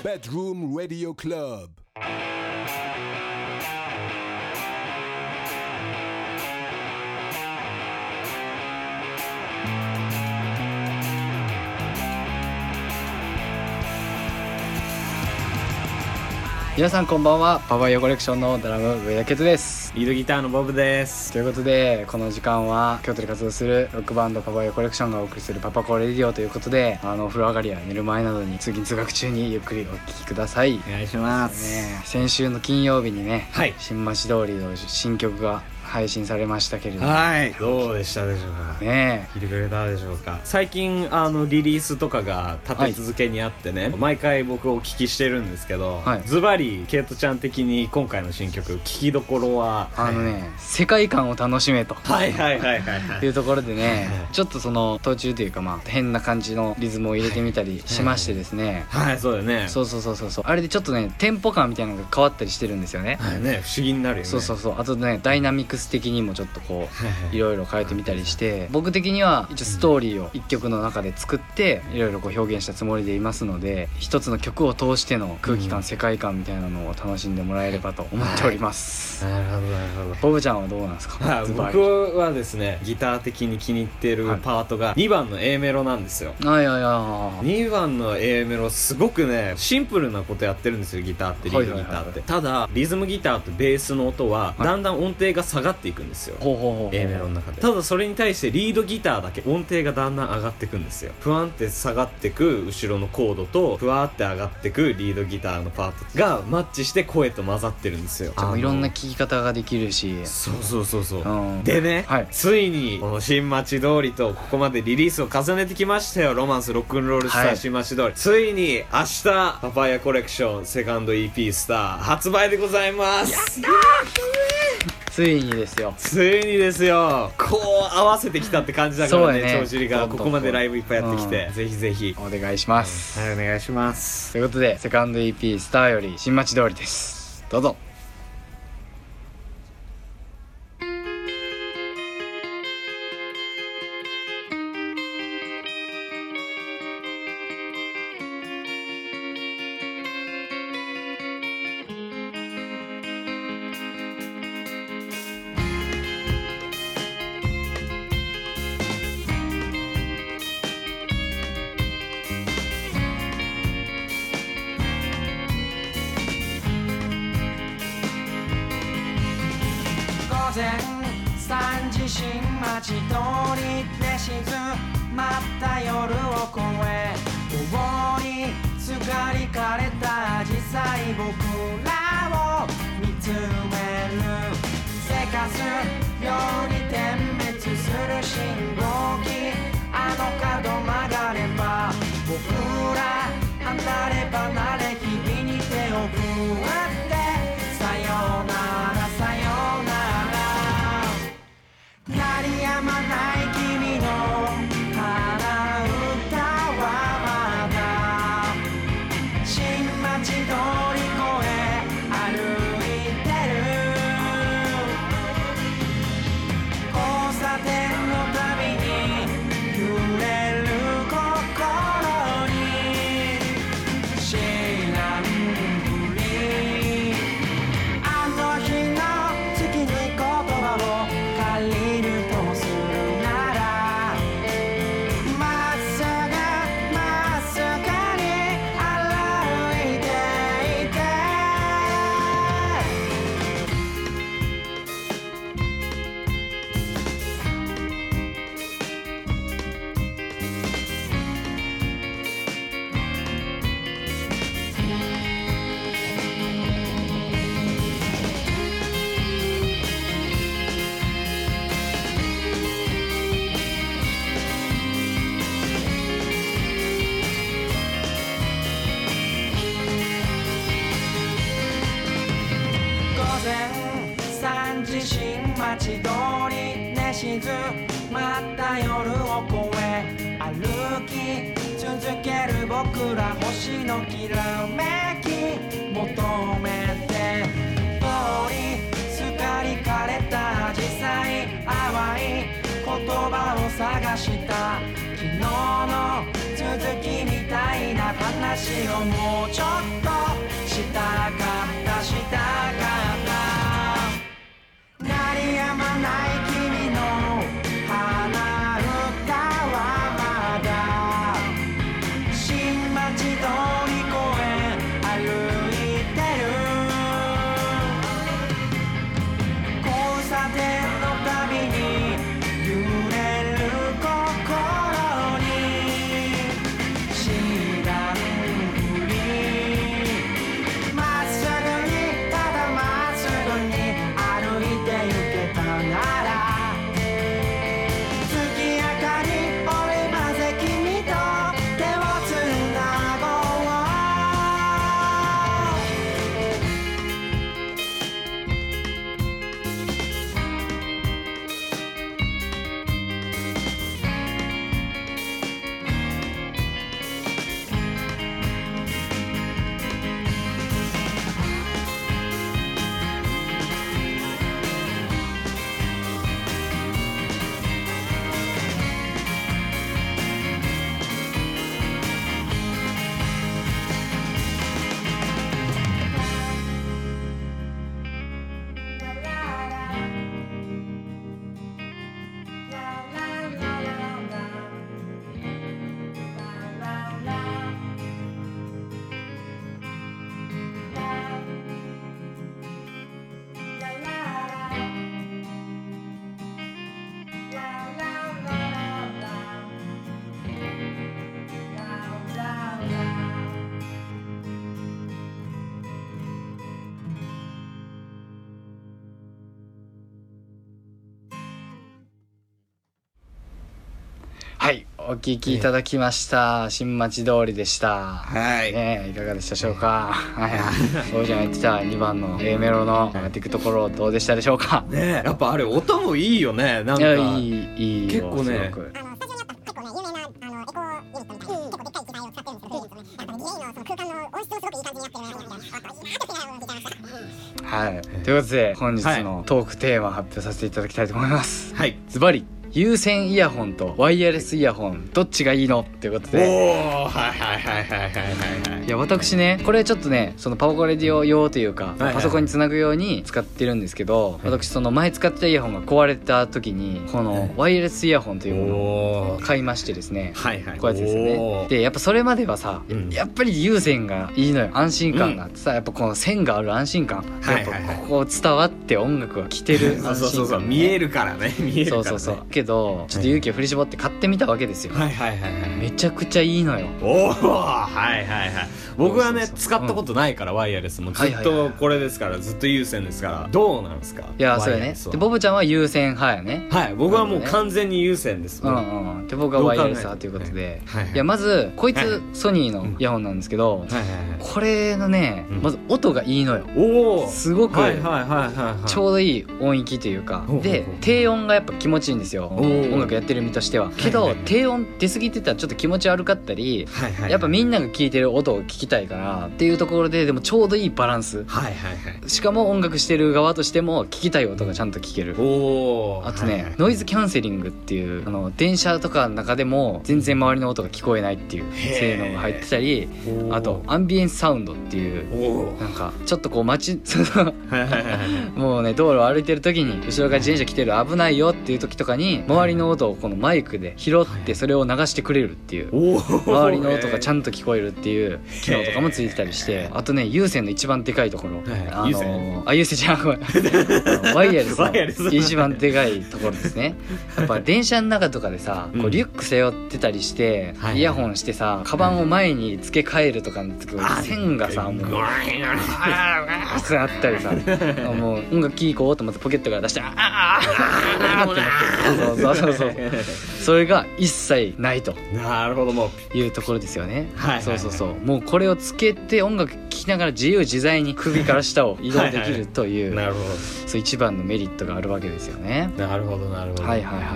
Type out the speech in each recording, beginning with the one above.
Bedroom Radio Club。 皆さんこんばんは。パパイヤコレクションのドラム上田健です。 リードギターのボブです。 ということでこの時間は京都で活動するロックバンドパパイヤコレクションがお送りするパパコレディオということで、お風呂上がりや寝る前などに通勤通学中にゆっくりお聞きください。 お願いします、 先週の金曜日にね、 はい、 新町通りの新曲が配信されましたけれども、 はい、どうでしたでしょうかね。 聞いてくれたでしょうか。最近リリースとかが立て続けにあってね、はい、毎回僕お聞きしてるんですけど、はい、ズバリケイトちゃん的に今回の新曲聞きどころは世界観を楽しめというところでね、ちょっとその途中というか変な感じのリズムを入れてみたりしましてですね、 はい、そうだよね。 そうあれでちょっとねテンポ感みたいなのが変わったりしてるんですよね。 はいね、不思議になるよね。 そうあとねダイナミクス的にもちょっとこういろいろ変えてみたりして、僕的には一応ストーリーを一曲の中で作っていろいろこう表現したつもりでいますので、一つの曲を通しての空気感、世界観みたいなのを楽しんでもらえればと思っております。 なるほど。 ボブちゃんはどうなんですか？ 僕はですね、ギター的に気に入ってるパートが2番の A メロなんですよ。2番の A メロすごくねシンプルなことやってるんですよ、ギターってリードギターって、ただリズムギターとベースの音はだんだん音程が下がっていくんですよ、A メロの中で。ただそれに対してリードギターだけ音程がだんだん上がっていくんですよ。ふわんって下がってく後ろのコードとふわって上がってくリードギターのパートがマッチして声と混ざってるんですよ。 いろんな聴き方ができるし、 そう、でね、はい、ついにこの新町通りとここまでリリースを重ねてきましたよ。ロマンスロックンロールスター、新町通り、ついに明日パパイヤコレクションセカンド EP スター発売でございます。やったーついにですよ。 こう合わせてきたって感じだからね、帳尻がここまでライブいっぱいやってきて、ぜひぜひお願いします、 はい、お願いします。 ということでセカンド EP スターより新町通りです。どうぞ。 3時新町通りで静まった夜を越え、棒にすがりかれた紫陽花僕らを見つめる。せかすように点滅する信号機、あの角曲がれば僕ら離れ離れ日々に手を振ってさよならさよなら、鳴り止まない君の鼻歌はまだ新町通り越え歩いてる。交差点のたびに揺れる心に知らんふり、あの日の月に言葉を借りるとするなら、まっすぐまっすぐに歩いていて、午前3時新町通りで静まった夜を越え歩き続ける僕ら、星のきらめき求めて、通りすがりかれた紫陽花淡い言葉を探した、昨日の続きみたいな話話をもうちょっとしたかったしたかった鳴りやまない君の鼻歌はまだ新町通り公園歩いてる交差点のたびに揺れる心に知らんふりまっすぐにただまっすぐに歩いて行けたなら月明かり織り交ぜ君と手をつなごうはい、お聞きいただきました、新町通りでした。 はい、 いかがでしたでしょうか。そうじゃん言ってた2番の A メロの上がっていくところどうでしたでしょうか。 ね、やっぱあれ音もいいよね。なんかいい結構ね、 はい、ということで本日のトークテーマを発表させていただきたいと思います。 はい、 ズバリ有線イヤホンとワイヤレスイヤホンどっちがいいのっていうことで、 おー、はい。 いや私ね、これちょっとね、そのパワコレディオ用というか、 はい、 パソコンにつなぐように使ってるんですけど、はい、私その前使ってたイヤホンが壊れた時にこのワイヤレスイヤホンというものを買いましてですね、こういうやつですよね。でやっぱそれまではさ、やっぱり有線がいいのよ。安心感があってさ、やっぱこの線がある安心感、やっぱここ伝わって音楽が聴ける安心感、 そう見えるからね、 そうけどちょっと勇気を振り絞って買ってみたわけですよ。めちゃくちゃいいのよ。僕はね使ったことないから、ワイヤレスもずっとこれですから、ずっと有線ですから。どうなんですか。いやそうやね。でボブちゃんは有線派やね。はい、僕はもう完全に有線です。で僕はワイヤレス派ということで、いやまずこいつソニーのイヤホンなんですけど、これのね、まず音がいいのよ。すごくちょうどいい音域というかで、低音がやっぱ気持ちいいんですよ、音楽やってる身としては。けど低音出過ぎてたらちょっと気持ち悪かったり、やっぱみんなが聴いてる音を聞きたいからっていうところで、でもちょうどいいバランス、しかも音楽してる側としても聞きたい音がちゃんと聞ける。あとね、ノイズキャンセリングっていう電車とかの中でも全然周りの音が聞こえないっていう性能が入ってたり、あとアンビエンスサウンドっていうなんかちょっとこう街もうね道路を歩いてる時に後ろから自転車来てる危ないよっていう時とかに周りの音をこのマイクで拾ってそれを流してくれるっていう、周りの音がちゃんと聞こえるっていう機能とかもついてたりして、あとね有線の一番でかいところ、有線じゃんごめんワイヤレスの一番でかいところですね。やっぱ電車の中とかでさ、こうリュック背負ってたりしてイヤホンしてさ、カバンを前に付け替えるとかの時は線がさもうってなったりさ、もう音楽聴こうと思ってポケットから出してってなって、そうそれが一切ないと。なるほど、もういうところですよね。そうもうこれをつけて音楽聴きながら自由自在に首から下を移動できるという、なるほど、そう一番のメリットがあるわけですよね。なるほど。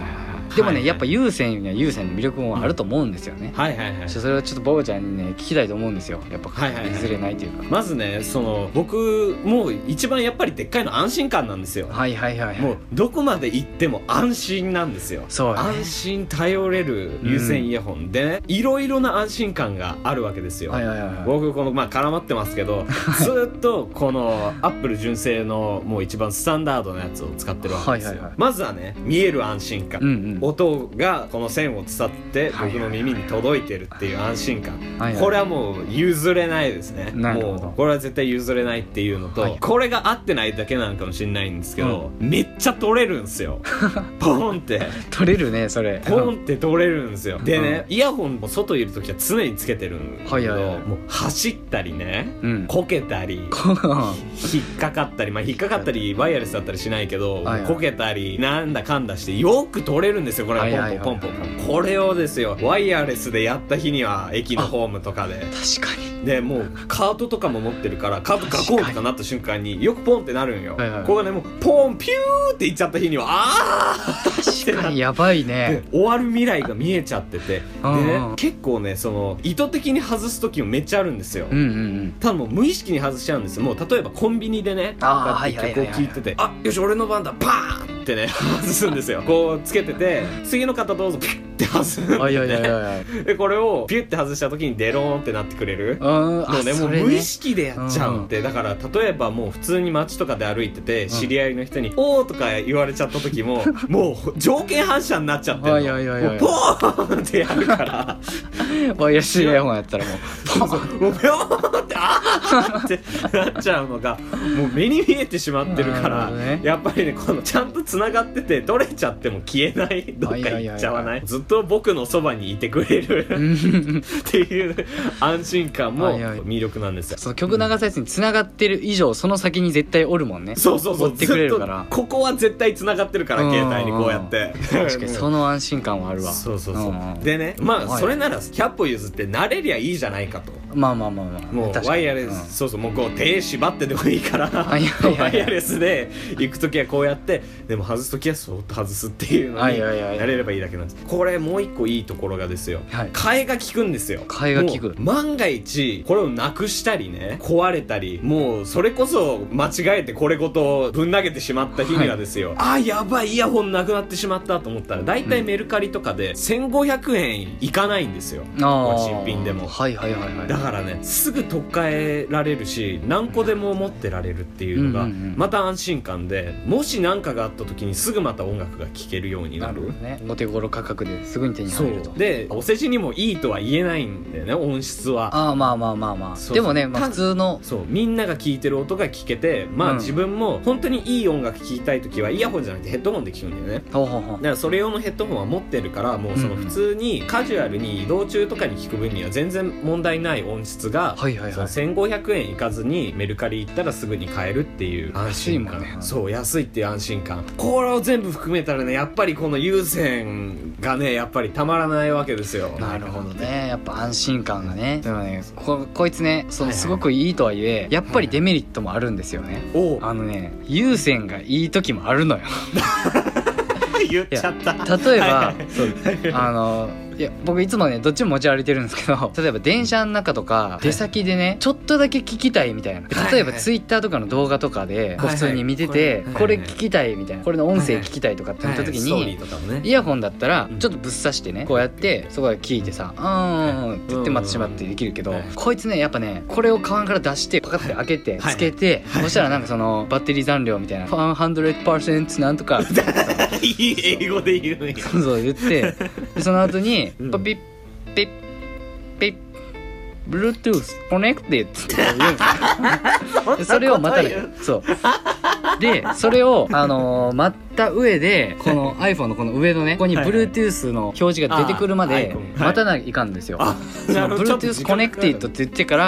でもね、やっぱ有線には有線の魅力もあると思うんですよね。 はいはいはい。 それをちょっとボブちゃんにね聞きたいと思うんですよ。やっぱ譲れないというか、 まずね、その僕もう一番やっぱりでっかいの安心感なんですよ。 はいはいはい、はい、 もうどこまで行っても安心なんですよ。 そう、ね、 安心頼れる有線イヤホンでね、いろいろな安心感があるわけですよ。 はいはいはいはい、 僕この絡まってますけどずっとこのアップル純正のもう一番スタンダードなやつを使ってるわけですよ。はいはいはい、まずはね、見える安心感、うんうん、音がこの線を伝って僕の耳に届いてるっていう安心感、はいはい、これはもう譲れないですね。もうこれは絶対譲れないっていうのと、はい、これが合ってないだけなのかもしれないんですけど、うん、めっちゃ取れるんですよポンって取れるね、それポンって取れるんですよ。でね、イヤホンも外いるときは常につけてるんだけど、はいはいはい、もう走ったりね、うん、こけたり引っかかったり、引っかかったりワイヤレスだったりしないけど、はいはい、こけたりなんだかんだしてよく取れるんですよ。これはポンポンポンポン、はいはいはい、これをですよ、ワイヤレスでやった日には駅のホームとかで確かにでもうカートとかも持ってるから、カートガコンとかなった瞬間によくポンってなるんよ、はいはい、ここがねもうポンピューっていっちゃった日には確かにやばいね。 終わる未来が見えちゃっててでね、結構ねその意図的に外す時もめっちゃあるんですよ、うんうんうん、ただもう無意識に外しちゃうんですよ。もう例えばコンビニでね曲を聴いてて、あ、よし俺の番だ、パーンってね外すんですよ。こうつけてて、次の方どうぞピュッて外すんで、でこれをピュッて外した時にデローンってなってくれるもうね、もう無意識でやっちゃうって、だから例えばもう普通に街とかで歩いてて知り合いの人におーとか言われちゃった時ももう条件反射になっちゃってるの、もうポーンってやるからワイヤーイヤホンやったらもうポーンってあーってなっちゃうのがもう目に見えてしまってるから、ね、やっぱりね、このちゃんと繋がってて取れちゃっても消えない、どっか行っちゃわない、ずっと僕のそばにいてくれるっていう安心感も魅力なんですよ。 その曲流すやつに繋がってる以上、その先に絶対おるもんね。 そうそうそう、 追ってくれるから、 ここは絶対繋がってるから、携帯にこうやって確かにその安心感はあるわ。 そうそうそう、でね、それなら100歩譲って慣れりゃいいじゃないかと。 もうワイヤレス、そうそう、もうこう手縛ってでもいいからワイヤレスで行くときはこうやって、でも外すときはそっと外すっていうのに慣れればいいだけなんです。これもう一個いいところがですよ、替えが効くんですよ。 替えが効く。 万が一これをなくしたりね、壊れたり、もうそれこそ間違えてこれごとぶん投げてしまった日にはですよ、やばい、イヤホンなくなってしまったと思ったら、だいたいメルカリとかで1500円いかないんですよ、新品でも。だからね、すぐ取っ替えられるし、何個でも持ってられるっていうのがまた安心感で、もし何かがあった時にすぐまた音楽が聴けるようになる。 お手頃価格ですぐに手に入ると。 で、お世辞にもいいとは言えないんだよね、音質は。 まあでもね、普通のみんなが聴いてる音が聴けて、自分も本当にいい音楽聴きたい時はイヤホンじゃなくてヘッドホンで聴くんだよね。だからそれ用のヘッドホンは持ってるから、もうその普通にカジュアルに移動中とかに聴く分には全然問題ない音質が、その1500円いかずにメルカリ行ったらすぐに買えるっていう安心感、そう、安いっていう安心感、これを全部含めたらね、やっぱりこの有線がね、やっぱりたまらないわけですよ。 なるほどね、やっぱ安心感がね。でもね、こいつね、そのすごくいいとはいえ、やっぱりデメリットもあるんですよね。有線がいい時もあるのよ言っちゃった。 例えば、いや僕いつもねどっちも持ち歩いてるんですけど、例えば電車の中とか出先でね、ちょっとだけ聞きたいみたいな、例えばツイッターとかの動画とかで普通に見てて、これ聞きたいみたいな、これの音声聞きたいとかってなった時に、イヤホンだったらちょっとぶっ刺してね、こうやってそこで聞いてさ、って言ってまたしまってできるけど、こいつねやっぱね、これをカバンから出してパカって開けてつけて、そしたらなんかそのバッテリー残量みたいな 100% なんとかいい英語で言うんや。 そう言って、でその後にパピッピッピッ Bluetooth connected って言うんですよそれをまたね、そうでそれを待った上で、この iPhone のこの上のね、ここに Bluetooth の表示が出てくるまで待たないかんですよ。その Bluetooth connected って言ってから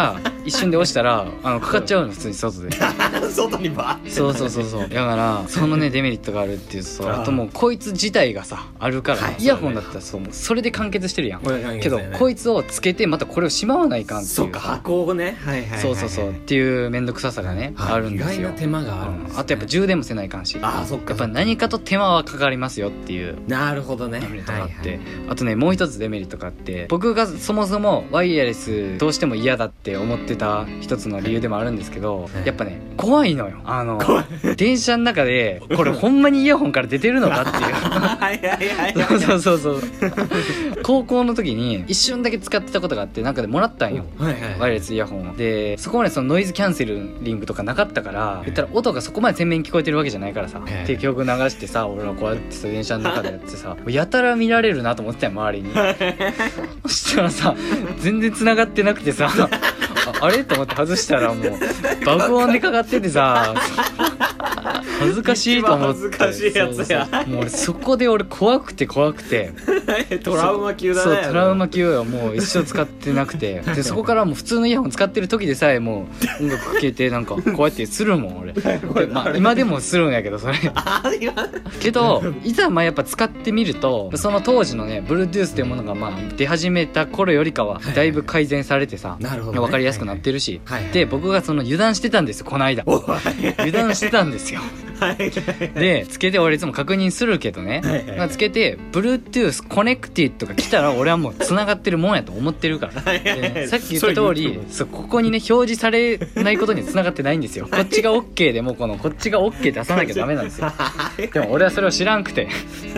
一瞬で押したらかかっちゃうの普通に外で外にバーって、ね、 そうだからそのねデメリットがあるっていうと、あともうこいつ自体がさあるから、イヤホンだったらそうもうそれで完結してるやん、けどこいつをつけてまたこれをしまわないかんっていう、 そうか箱をね、 そうっていう面倒くささがね、あるんですよ。 意外な手間があるんですね。 あとやっぱ充電もせないかんし、 そっかやっぱ何かと手間はかかりますよっていう。 なるほどね。 デメリットがあって、あとねもう一つデメリットがあって、僕がそもそもワイヤレスどうしても嫌だって思ってた一つの理由でもあるんですけど、やっぱね怖いのよ。電車の中でこれほんまにイヤホンから出てるのかっていうそう高校の時に一瞬だけ使ってたことがあって、なんかでもらったんよ、ワイヤレスイヤホンで、そこまでそのノイズキャンセリングとかなかったから、言ったら音がそこまで鮮明に聞こえてるわけじゃないからさ、って曲流してさ、俺はこうやってさ電車の中でやってさやたら見られるなと思ってたよ周りにそしたらさ全然繋がってなくてさあれと思って外したらもう爆音でかかっててさ恥ずかしいと思って、 恥ずかしいやつや。 もう俺そこで俺怖くてトラウマ級だね。 そうトラウマ級よ。もう一生使ってなくてでそこからもう普通のイヤホン使ってる時でさえもう音楽かけてなんかこうやってするもん俺で、まあ、今でもするんやけどそれけどいざまあやっぱ使ってみると、その当時のね Bluetooth っていうものがまあ出始めた頃よりかはだいぶ改善されてさ、分かりやすくなってるし、で僕がその油断してたんですよこの間油断してたんですよでつけて俺いつも確認するけどね、まあ、つけて Bluetooth コネクティッドが来たら俺はもう繋がってるもんやと思ってるからでさっき言った通りここにね表示されないことに繋がってないんですよ。こっちが OK でもこっちが OK 出さなきゃダメなんですよでも俺はそれを知らんくて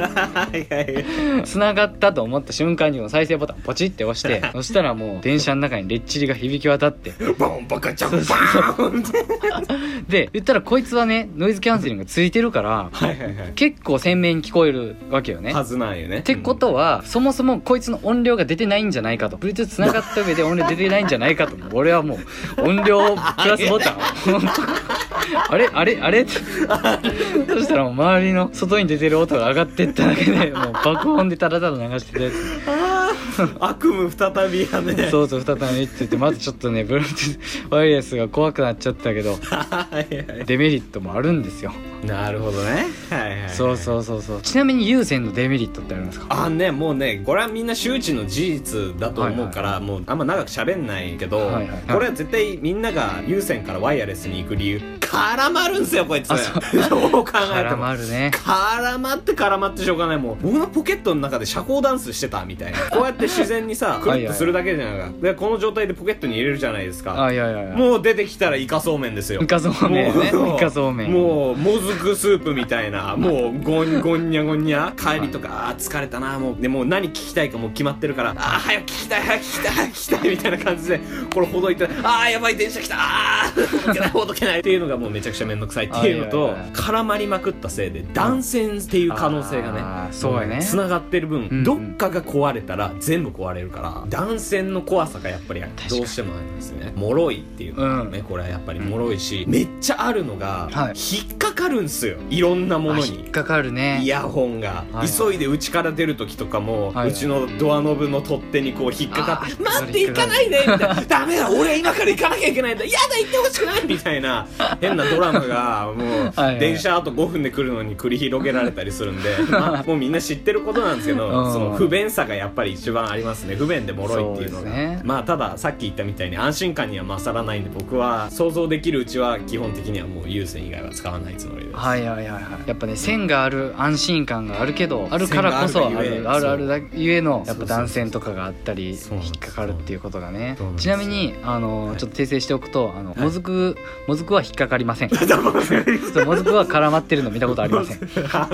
繋がったと思った瞬間に再生ボタンポチって押してそしたらもう電車の中にレッチリが響き渡ってボンバカチャンバーンで言ったらこいつはねノイズキャンセリングがついてるから、結構鮮明に聞こえるわけよね。 はずなんよね。 ってことは、そもそもこいつの音量が出てないんじゃないかと、Bluetooth つながった上で音量出てないんじゃないかと俺はもう音量プラスボタンあれってそしたらもう周りの外に出てる音が上がってっただけでもう爆音でただただ流してたやつ悪夢再びやね。 そう再びっててまずちょっとね Bluetooth ワイヤレスが怖くなっちゃったけどデメリットもあるんですよ。 なるほどね。 そうちなみに有線のデメリットってありますか？ もうねこれはみんな周知の事実だと思うから、もうあんま長く喋んないけど、これは絶対みんなが有線からワイヤレスに行く理由絡まるんすよこいつ。どう考えても絡まるね。 絡まってしょうがない。もう僕のポケットの中で社交ダンスしてたみたいなこうやって自然にさクリップするだけじゃないか。でこの状態でポケットに入れるじゃないですか。もう出てきたらイカそうめんですよ。 イカそうめんね。イカそうめん。 もうもずくスープみたいな、もうゴンニャ帰りとか疲れたなもうでもう何聞きたいかもう決まってるから早く聞きたいみたいな感じでこれほどいてやばい電車来たほどけないっていうのがもうめちゃくちゃめんどくさいっていうのと絡まりまくったせいで断線っていう可能性がねそうやね繋がってる分、どっかが壊れたら全部壊れるから断線の怖さがやっぱりどうしてもありますね。脆いっていうのがね、これはやっぱり脆いし、めっちゃあるのが、引っかかるんすよいろんなものに。 引っかかるね。 イヤホンが、急いで家から出る時とかも、うちのドアノブの取っ手にこう引っかかって待って行かないでみたいなダメだ俺今から行かなきゃいけないんだやだ行ってほしくないみたいな変なドラマがもう電車あと5分で来るのに繰り広げられたりするんでもうみんな知ってることなんですけど、その不便さがやっぱり一番ありますね。不便で脆いっていうのがまあたださっき言ったみたいに安心感には勝らないんで、僕は想像できるうちは基本的にはもう有線以外は使わないつもりです。 やっぱね線がある安心感があるけどあるからこそあるだゆえのやっぱ断線とかがあったり引っかかるっていうことがね。ちなみにちょっと訂正しておくともずくは引っかかりませんもずくは絡まってるの見たことありません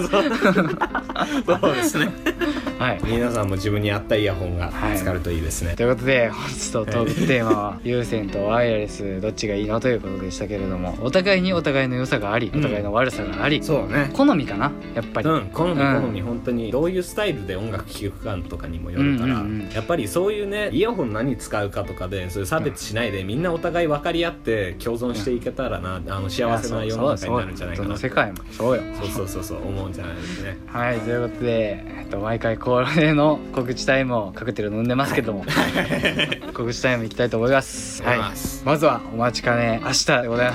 そうですね皆さんも自分に合ったイヤホンが見つかるといいですね、 ということで本日のトークテーマは有線とワイヤレスどっちがいいのということでしたけれども、お互いにお互いの良さがありお互いの悪さがあり、 そうね好みかなやっぱり、 好み本当にどういうスタイルで音楽聴くかとかにもよるから、やっぱりそういうねイヤホン何使うかとかでそういう差別しないで、みんなお互い分かり合って共存していけたらな、幸せな世の中になるんじゃないかなと。 世界もそうよそう思うんじゃないですね。 はい、ということで毎回恒恒例の告知タイムをカクテル飲んでますけども告知タイムいきたいと思います。はい、まずはお待ちかね明日でございます。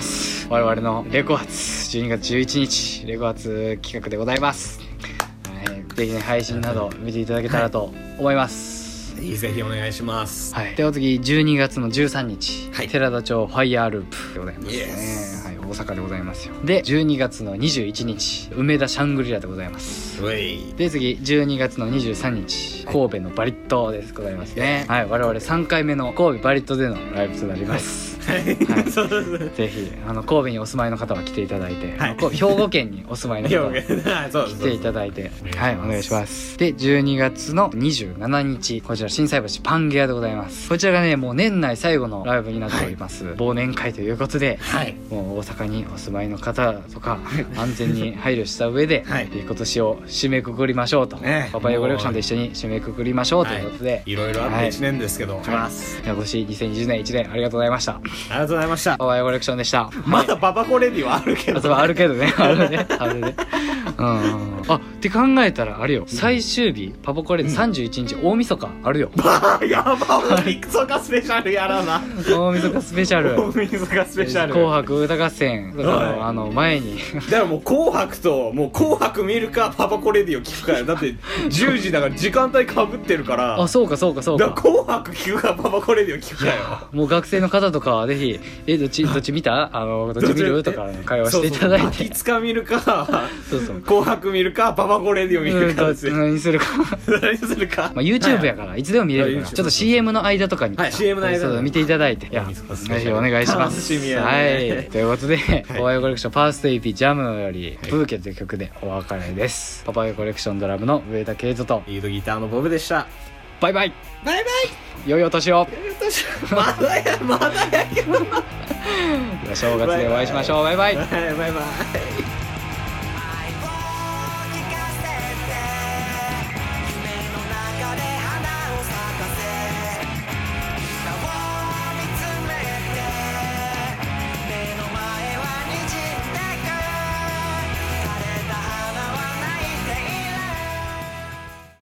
我々のレコ発12月11日レコ発企画でございます。ぜひね配信など見ていただけたらと思います。 ぜひお願いします。 はい。では次12月の13日、 はい、 寺田町ファイヤーループでございますね。はい、大阪でございますよ。で12月の21日梅田シャングリラでございます。で次12月の23日神戸のバリットですございますね。はい、我々3回目の神戸バリットでのライブとなります。はい、ぜひ神戸にお住まいの方は来ていただいて、はい、兵庫県にお住まいの方は来ていただいて、はい、お願いします。で12月の27日こちら心斎橋パンゲアでございます。こちらがねもう年内最後のライブになっております、はい、忘年会ということで、はい、もう大阪にお住まいの方とか安全に配慮した上で、はい、今年を締めくくりましょうと、パパイヤコレクションと一緒に締めくくりましょうということで、 いろいろあった1年ですけど、 今年2020年1年ありがとうございました。 ありがとうございました。 パパイヤコレクションでした。 まだパパコレディはあるけど、 あるけどねあるねあって考えたらあれよ、最終日パパコレディ31日大晦日あるよやば、大晦日スペシャルやらな大晦日スペシャル大晦日スペシャル紅白歌合戦の前にだからもう紅白ともう紅白見るかパパコレディを聞くかだって10時だから時間帯かぶってるからあそうかだから紅白聞くかパパコレディを聞くかよ。 もう学生の方とかはぜひどっち見たどっち見るとか会話していただいて、 ガキ使見るかそう紅白見るかパパコレディを見るかですよ。 何するかまあ YouTube やからいつでも見れるから、ちょっと CM の間とかに CM の間見ていただいて、ぜひお願いします。はい、ということでパパイヤコレクションファースト EP ジャムよりブーケという曲でお別れです。パパイヤコレクションドラムの上田圭人とリードギターのボブでした。 バイバイバイバイ。 良いお年を。 まだやけど正月でお会いしましょう。バイバイバイバイ。